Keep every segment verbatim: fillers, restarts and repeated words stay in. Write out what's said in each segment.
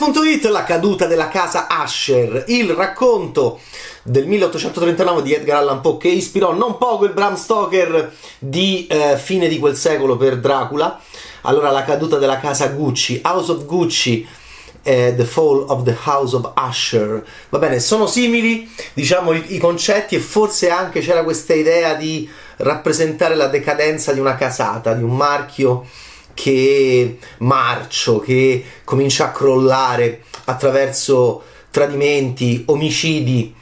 punto it, la caduta della casa Usher, il racconto del milleottocentotrentanove di Edgar Allan Poe che ispirò non poco il Bram Stoker di eh, fine di quel secolo per Dracula. Allora, la caduta della casa Gucci, House of Gucci, eh, The Fall of the House of Usher. Va bene, sono simili, diciamo, i, i concetti, e forse anche c'era questa idea di rappresentare la decadenza di una casata, di un marchio che marcio, che comincia a crollare attraverso tradimenti, omicidi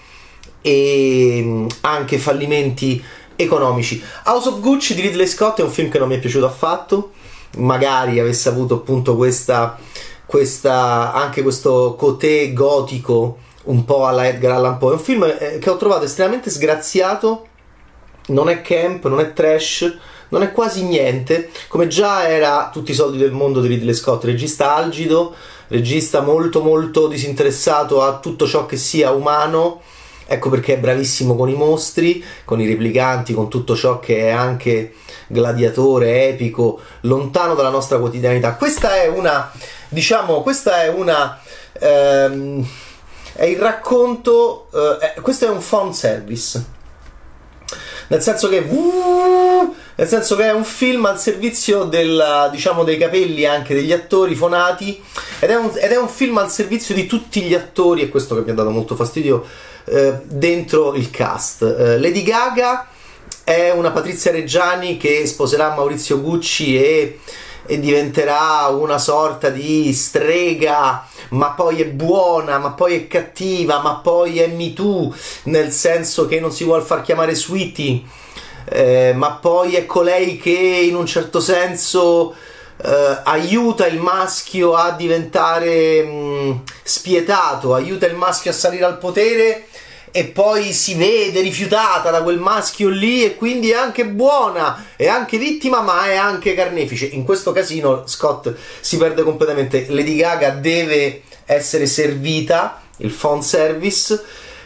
e anche fallimenti economici. House of Gucci di Ridley Scott è un film che non mi è piaciuto affatto, magari avesse avuto appunto questa, questa anche questo côté gotico un po' alla Edgar Allan Poe. È un film che ho trovato estremamente sgraziato, non è camp, non è trash, non è quasi niente, come già era Tutti i soldi del mondo di Ridley Scott, regista algido, regista molto molto disinteressato a tutto ciò che sia umano. Ecco perché è bravissimo con i mostri, con i replicanti, con tutto ciò che è anche gladiatore, epico, lontano dalla nostra quotidianità. Questa è una, diciamo, questa è una ehm, è il racconto, eh, questo è un fan service. Nel senso che uh, nel senso che è un film al servizio del, diciamo, dei capelli anche degli attori fonati, ed è, un, ed è un film al servizio di tutti gli attori, e questo che mi ha dato molto fastidio, eh, dentro il cast. Eh, Lady Gaga è una Patrizia Reggiani che sposerà Maurizio Gucci e, e diventerà una sorta di strega, ma poi è buona, ma poi è cattiva, ma poi è Me Too, nel senso che non si vuol far chiamare Sweetie, eh, ma poi è colei che in un certo senso eh, aiuta il maschio a diventare mh, spietato, aiuta il maschio a salire al potere, e poi si vede rifiutata da quel maschio lì, e quindi è anche buona, è anche vittima, ma è anche carnefice. In questo casino Scott si perde completamente. Lady Gaga deve essere servita, il fan service,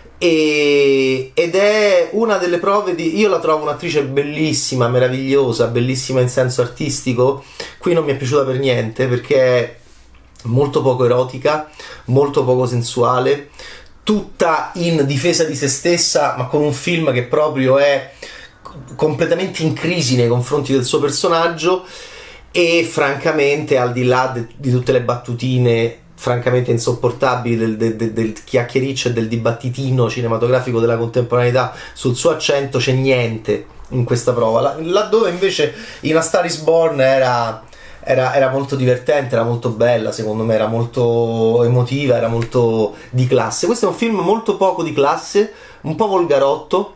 e, ed è una delle prove di... Io la trovo un'attrice bellissima, meravigliosa, bellissima in senso artistico. Qui non mi è piaciuta per niente, perché è molto poco erotica, molto poco sensuale, tutta in difesa di se stessa, ma con un film che proprio è completamente in crisi nei confronti del suo personaggio. E francamente, al di là de, di tutte le battutine francamente insopportabili del, del, del, del chiacchiericcio e del dibattitino cinematografico della contemporaneità sul suo accento, c'è niente in questa prova, laddove invece in A Star Is Born era Era, era molto divertente, era molto bella, secondo me era molto emotiva, era molto di classe. Questo è un film molto poco di classe, un po' volgarotto,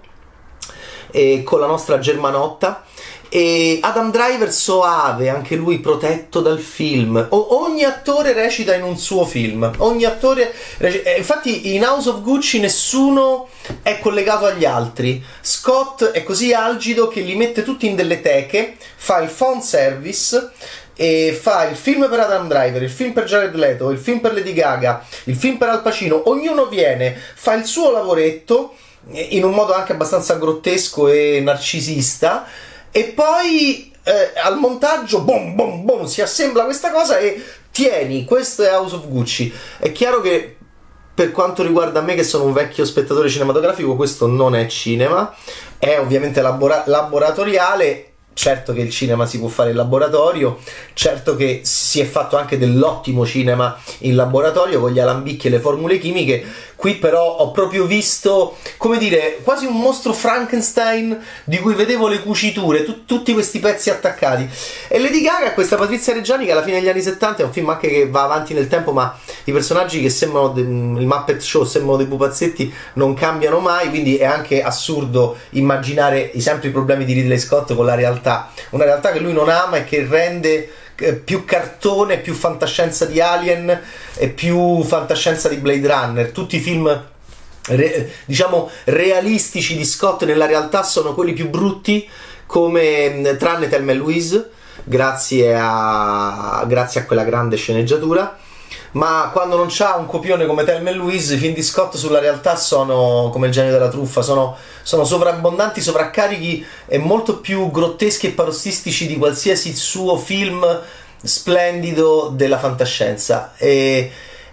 e con la nostra Germanotta, e Adam Driver soave, anche lui protetto dal film. O- ogni attore recita in un suo film, ogni attore recita... infatti in House of Gucci nessuno è collegato agli altri. Scott è così algido che li mette tutti in delle teche, fa il fan service e fa il film per Adam Driver, il film per Jared Leto, il film per Lady Gaga, il film per Al Pacino. Ognuno viene, fa il suo lavoretto in un modo anche abbastanza grottesco e narcisista, e poi eh, al montaggio bom bom bom si assembla questa cosa e tieni, questo è House of Gucci. È chiaro che per quanto riguarda me, che sono un vecchio spettatore cinematografico, questo non è cinema, è ovviamente labora- laboratoriale. Certo che il cinema si può fare in laboratorio, certo che si è fatto anche dell'ottimo cinema in laboratorio con gli alambicchi e le formule chimiche. Qui però ho proprio visto, come dire, quasi un mostro Frankenstein di cui vedevo le cuciture, tu- tutti questi pezzi attaccati. E Lady Gaga, questa Patrizia Reggiani che alla fine degli anni settanta, è un film anche che va avanti nel tempo, ma i personaggi che sembrano de- il Muppet Show, sembrano dei pupazzetti, non cambiano mai, quindi è anche assurdo immaginare i sempre i problemi di Ridley Scott con la realtà, una realtà che lui non ama e che rende più cartone, più fantascienza di Alien e più fantascienza di Blade Runner. Tutti i film re, diciamo realistici di Scott nella realtà sono quelli più brutti, come tranne Thelma e Louise, grazie a grazie a quella grande sceneggiatura. Ma quando non c'ha un copione come Thelma e Louise, i film di Scott sulla realtà sono come il genio della truffa, sono, sono sovrabbondanti, sovraccarichi e molto più grotteschi e parossistici di qualsiasi suo film splendido della fantascienza. E,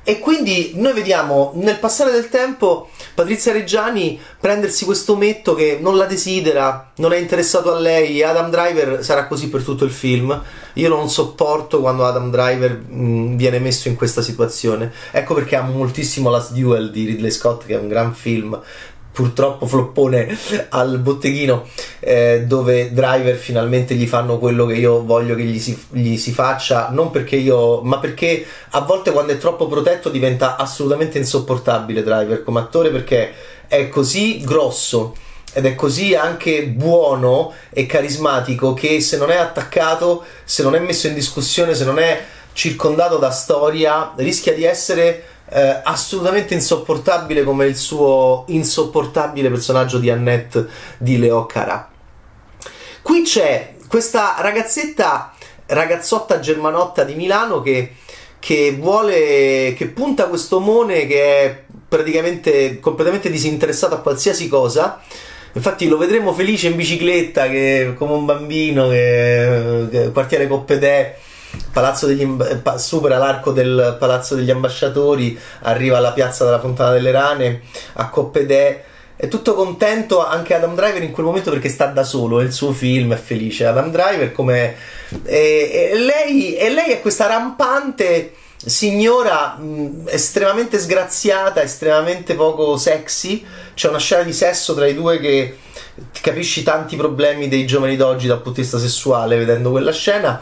E quindi noi vediamo nel passare del tempo Patrizia Reggiani prendersi questo ometto che non la desidera, non è interessato a lei. Adam Driver sarà così per tutto il film. Io non sopporto quando Adam Driver mh, viene messo in questa situazione. Ecco perché amo moltissimo Last Duel di Ridley Scott, che è un gran film, purtroppo floppone al botteghino, eh, dove Driver finalmente gli fanno quello che io voglio che gli si, gli si faccia, non perché io, ma perché a volte quando è troppo protetto diventa assolutamente insopportabile Driver come attore, perché è così grosso ed è così anche buono e carismatico che se non è attaccato, se non è messo in discussione, se non è circondato da storia, rischia di essere Eh, assolutamente insopportabile, come il suo insopportabile personaggio di Annette di Leo Cara. Qui c'è questa ragazzetta, ragazzotta germanotta di Milano che, che vuole, che punta questo omone che è praticamente completamente disinteressato a qualsiasi cosa. Infatti lo vedremo felice in bicicletta, che come un bambino, che, che quartiere Coppedè, Palazzo degli, supera l'arco del Palazzo degli Ambasciatori, arriva alla piazza della Fontana delle Rane, a Coppedè, è tutto contento anche Adam Driver in quel momento perché sta da solo, è il suo film, è felice Adam Driver, come e, e lei, e lei è questa rampante signora mh, estremamente sgraziata, estremamente poco sexy. C'è una scena di sesso tra i due che capisci tanti problemi dei giovani d'oggi dal punto di vista sessuale vedendo quella scena.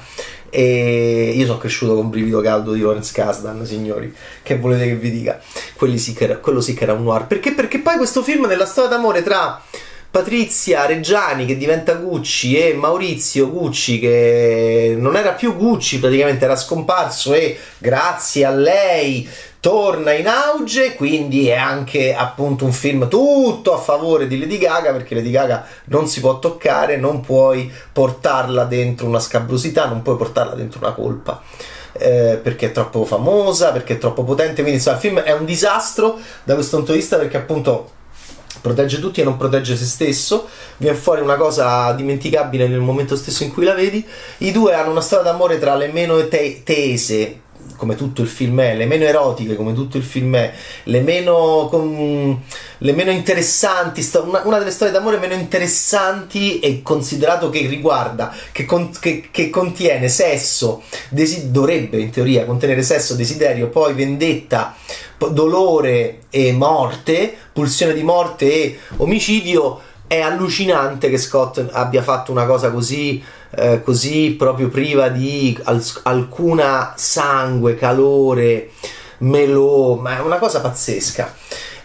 E io sono cresciuto con Brivido caldo di Lawrence Kasdan, signori, che volete che vi dica? Quelli sì che era, quello sì che era un noir. Perché? Perché poi questo film, nella storia d'amore tra Patrizia Reggiani, che diventa Gucci, e Maurizio Gucci, che non era più Gucci, praticamente era scomparso, e grazie a lei torna in auge, quindi è anche appunto un film tutto a favore di Lady Gaga, perché Lady Gaga non si può toccare, non puoi portarla dentro una scabrosità, non puoi portarla dentro una colpa, eh, perché è troppo famosa, perché è troppo potente. Quindi insomma il film è un disastro da questo punto di vista, perché appunto protegge tutti e non protegge se stesso. Viene fuori una cosa dimenticabile nel momento stesso in cui la vedi. I due hanno una storia d'amore tra le meno te- tese, come tutto il film è, le meno erotiche, come tutto il film è, le meno, com, le meno interessanti, una, una delle storie d'amore meno interessanti, e considerato che riguarda, che, con, che, che contiene sesso, desi, dovrebbe in teoria contenere sesso, desiderio, poi vendetta, dolore e morte, pulsione di morte e omicidio. È allucinante che Scott abbia fatto una cosa così, eh, così proprio priva di al- alcuna sangue, calore, melò, ma è una cosa pazzesca,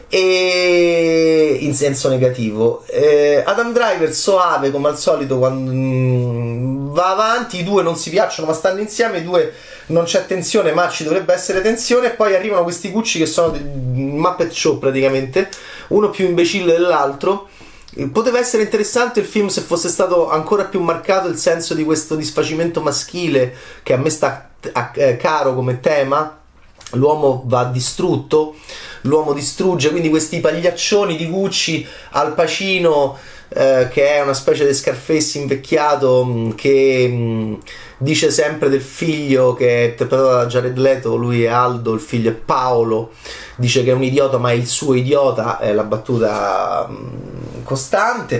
e in senso negativo. eh, Adam Driver soave come al solito quando mm, va avanti, i due non si piacciono ma stanno insieme, i due non c'è tensione ma ci dovrebbe essere tensione, e poi arrivano questi Gucci che sono del Muppet Show praticamente, uno più imbecille dell'altro. Poteva essere interessante il film se fosse stato ancora più marcato il senso di questo disfacimento maschile, che a me sta a, eh, caro come tema. L'uomo va distrutto, l'uomo distrugge, quindi questi pagliaccioni di Gucci, Al Pacino, eh, che è una specie di Scarface invecchiato, mh, che mh, dice sempre del figlio, che è interpretato da Jared Leto, lui è Aldo, il figlio è Paolo, dice che è un idiota ma è il suo idiota, è la battuta mh, costante.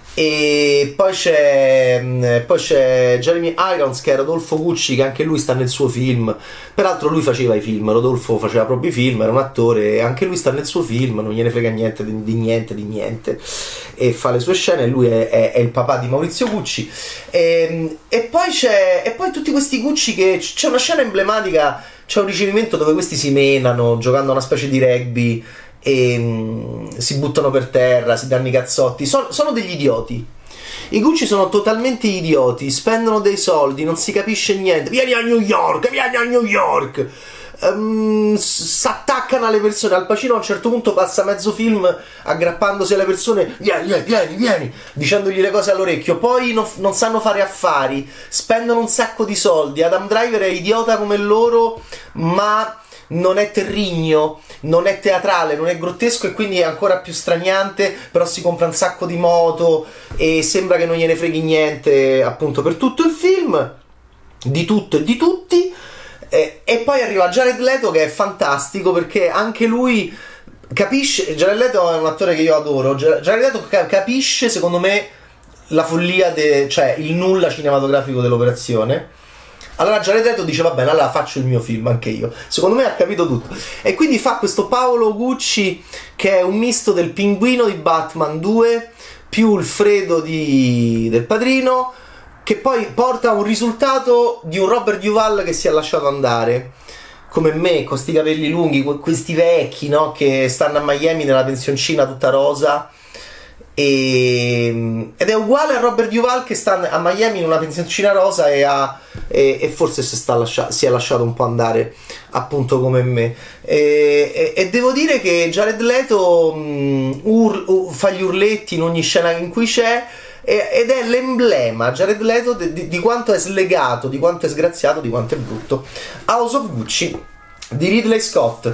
E poi c'è poi c'è Jeremy Irons, che è Rodolfo Gucci, che anche lui sta nel suo film. Peraltro lui faceva i film, Rodolfo faceva proprio i film, era un attore, e anche lui sta nel suo film, non gliene frega niente di, di niente di niente, e fa le sue scene. Lui è, è, è il papà di Maurizio Gucci. E, e poi c'è e poi tutti questi Gucci, che c'è una scena emblematica, c'è un ricevimento dove questi si menano giocando a una specie di rugby e mh, si buttano per terra, si danno i cazzotti. Sono, sono degli idioti. I Gucci sono totalmente idioti, spendono dei soldi, non si capisce niente. Vieni a New York, vieni a New York. Um, si attaccano alle persone. Al Pacino a un certo punto passa mezzo film aggrappandosi alle persone, vieni, vieni, vieni, vieni, dicendogli le cose all'orecchio. Poi no, non sanno fare affari, spendono un sacco di soldi. Adam Driver è idiota come loro, ma non è terrigno, non è teatrale, non è grottesco, e quindi è ancora più straniante. Però si compra un sacco di moto e sembra che non gliene freghi niente appunto per tutto il film, di tutto e di tutti. E, e poi arriva Jared Leto, che è fantastico perché anche lui capisce. Jared Leto è un attore che io adoro. Jared Leto capisce, secondo me, la follia, de, cioè il nulla cinematografico dell'operazione. Allora Jared Leto dice: va bene, allora faccio il mio film anche io. Secondo me ha capito tutto. E quindi fa questo Paolo Gucci, che è un misto del Pinguino di Batman due più il Fredo di, del Padrino, che poi porta a un risultato di un Robert Duvall che si è lasciato andare, come me, con sti capelli lunghi, questi vecchi, no? Che stanno a Miami nella pensioncina tutta rosa. E, ed è uguale a Robert Duvall che sta a Miami in una pensioncina rosa e, ha, e, e forse si, sta lascia, si è lasciato un po' andare, appunto come me. E, e, e devo dire che Jared Leto um, ur, uh, fa gli urletti in ogni scena in cui c'è, e, ed è l'emblema, Jared Leto, di, di, di quanto è slegato, di quanto è sgraziato, di quanto è brutto. House of Gucci di Ridley Scott.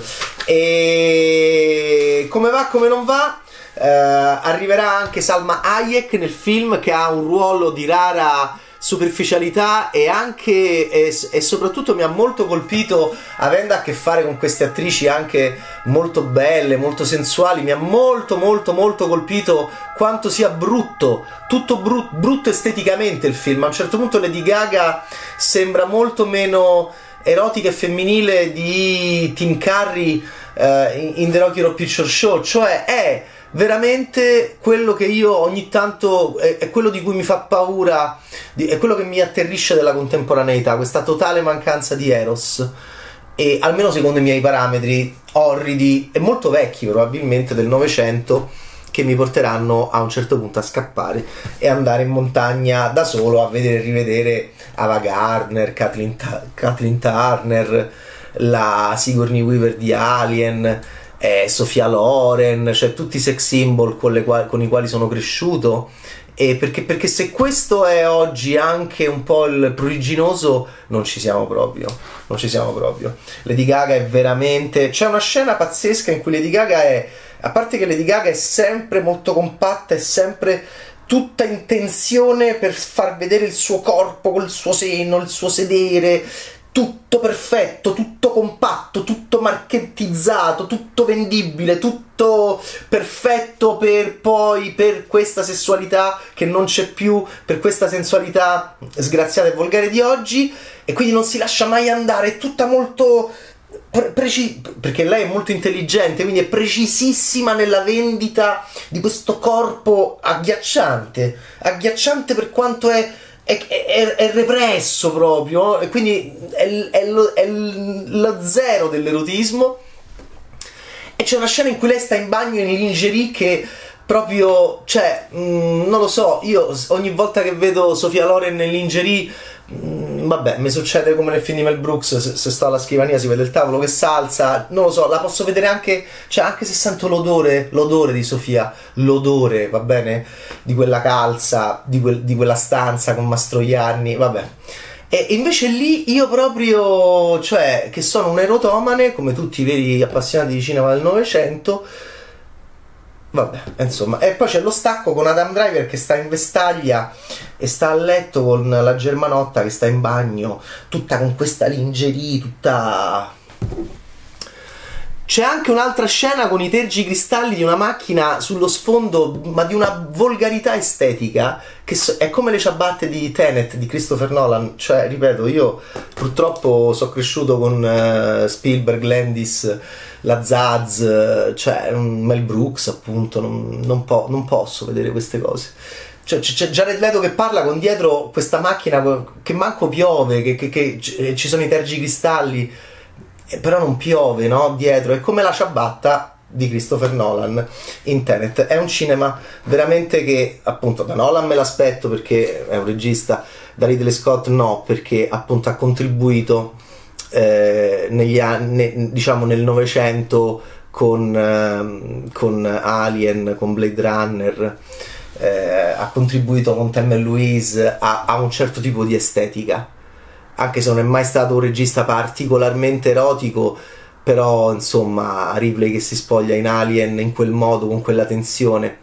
E come va, come non va? Uh, arriverà anche Salma Hayek nel film, che ha un ruolo di rara superficialità e anche e, e soprattutto mi ha molto colpito, avendo a che fare con queste attrici anche molto belle, molto sensuali, mi ha molto molto molto colpito quanto sia brutto, tutto brut, brutto esteticamente il film. A un certo punto Lady Gaga sembra molto meno erotica e femminile di Tim Curry uh, in, in The Rocky Horror Picture Show, cioè è veramente quello che io ogni tanto è, è quello di cui mi fa paura, di, è quello che mi atterrisce della contemporaneità, questa totale mancanza di eros, e almeno secondo i miei parametri orridi e molto vecchi probabilmente del Novecento, che mi porteranno a un certo punto a scappare e andare in montagna da solo a vedere e rivedere Ava Gardner, Kathleen, Kathleen Turner, la Sigourney Weaver di Alien, Eh, Sofia Loren, cioè tutti i sex symbol con, le quali, con i quali sono cresciuto. E perché, perché se questo è oggi anche un po' il pruriginoso, non ci siamo proprio, non ci siamo proprio. Lady Gaga è veramente, c'è una scena pazzesca in cui Lady Gaga è, a parte che Lady Gaga è sempre molto compatta, è sempre tutta in tensione per far vedere il suo corpo col suo seno, il suo sedere, tutto perfetto, tutto compatto, tutto marchettizzato, tutto vendibile, tutto perfetto per poi, per questa sessualità che non c'è più, per questa sensualità sgraziata e volgare di oggi, e quindi non si lascia mai andare, è tutta molto pre- preci- perché lei è molto intelligente, quindi è precisissima nella vendita di questo corpo agghiacciante, agghiacciante per quanto è È, è, è represso proprio, e quindi è, è, lo, è lo zero dell'erotismo. E c'è una scena in cui lei sta in bagno in lingerie che proprio, cioè, mh, non lo so, io ogni volta che vedo Sofia Loren in lingerie, mh, vabbè, mi succede come nel film di Mel Brooks, se, se sto alla scrivania si vede il tavolo che salza, non lo so, la posso vedere anche, cioè anche se sento l'odore, l'odore di Sofia, l'odore, va bene, di quella calza, di, quel, di quella stanza con Mastroianni, vabbè. E invece lì io proprio, cioè, che sono un erotomane, come tutti i veri appassionati di cinema del Novecento, vabbè, insomma. E poi c'è lo stacco con Adam Driver che sta in vestaglia e sta a letto con la germanotta che sta in bagno, tutta con questa lingerie, tutta... C'è anche un'altra scena con i tergicristalli di una macchina sullo sfondo, ma di una volgarità estetica che è come le ciabatte di Tenet di Christopher Nolan. Cioè, ripeto, io purtroppo sono cresciuto con uh, Spielberg, Landis, la Zaz, cioè Mel Brooks, appunto, non, non, po- non posso vedere queste cose. Cioè, c'è Jared Leto che parla con dietro questa macchina che manco piove, che, che, che ci sono i tergicristalli, però non piove, no? Dietro è come la ciabatta di Christopher Nolan in Tenet. È un cinema veramente che, appunto, da Nolan me l'aspetto perché è un regista, da Ridley Scott no, perché appunto ha contribuito eh, negli anni, diciamo nel Novecento con, eh, con Alien, con Blade Runner, eh, ha contribuito con Thelma e Louise a, a un certo tipo di estetica. Anche se non è mai stato un regista particolarmente erotico, però insomma Ripley che si spoglia in Alien in quel modo, con quella tensione,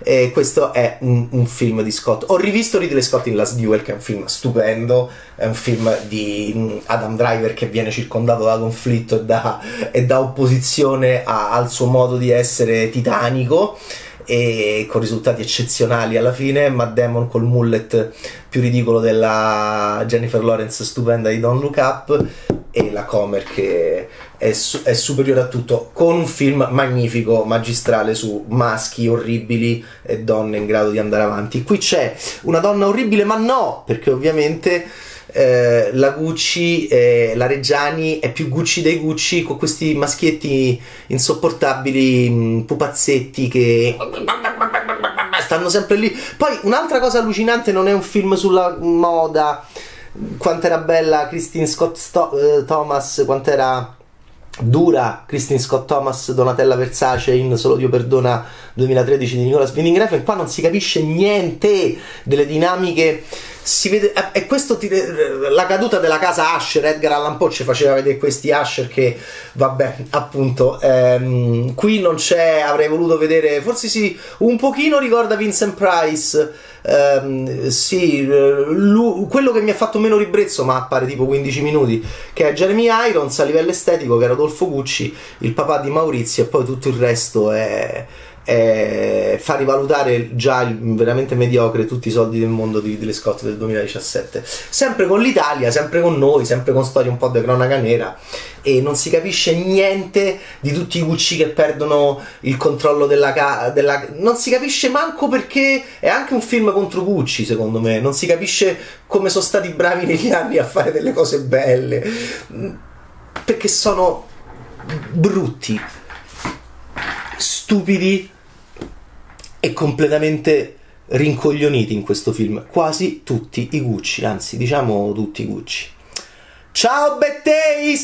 e questo è un, un film di Scott. Ho rivisto Ridley Scott in Last Duel, che è un film stupendo, è un film di Adam Driver che viene circondato da conflitto e da, e da opposizione a, al suo modo di essere titanico, e con risultati eccezionali alla fine. Matt Damon col mullet più ridicolo della Jennifer Lawrence stupenda di Don't Look Up, e la Comer che è, su- è superiore a tutto, con un film magnifico, magistrale, su maschi orribili e donne in grado di andare avanti. Qui c'è una donna orribile, ma no, perché ovviamente eh, la Gucci, eh, la Reggiani è più Gucci dei Gucci, con questi maschietti insopportabili, mh, pupazzetti che stanno sempre lì. Poi un'altra cosa allucinante, non è un film sulla moda, quanto era bella Christine Scott Sto- eh, Thomas, quanto era dura Christine Scott Thomas, Donatella Versace in Solo Dio perdona duemilatredici di Nicolas Winding Refn. Qua non si capisce niente delle dinamiche, si vede, e questo ti, la caduta della casa Usher. Edgar Allan Poe ci faceva vedere questi Usher che, vabbè, appunto, ehm, qui non c'è, avrei voluto vedere, forse sì, un pochino ricorda Vincent Price, ehm, sì, lui, quello che mi ha fatto meno ribrezzo, ma appare tipo quindici minuti, che è Jeremy Irons a livello estetico, che era Adolfo Gucci, il papà di Maurizio, e poi tutto il resto è... E fa rivalutare già il veramente mediocre Tutti i soldi del mondo di Ridley Scott del duemiladiciassette, sempre con l'Italia, sempre con noi, sempre con storie un po' di cronaca nera, e non si capisce niente di tutti i Gucci che perdono il controllo della casa, della... non si capisce manco, perché è anche un film contro Gucci, secondo me non si capisce come sono stati bravi negli anni a fare delle cose belle, perché sono brutti, stupidi e completamente rincoglioniti in questo film, quasi tutti i Gucci, anzi diciamo tutti i Gucci. Ciao Betteis!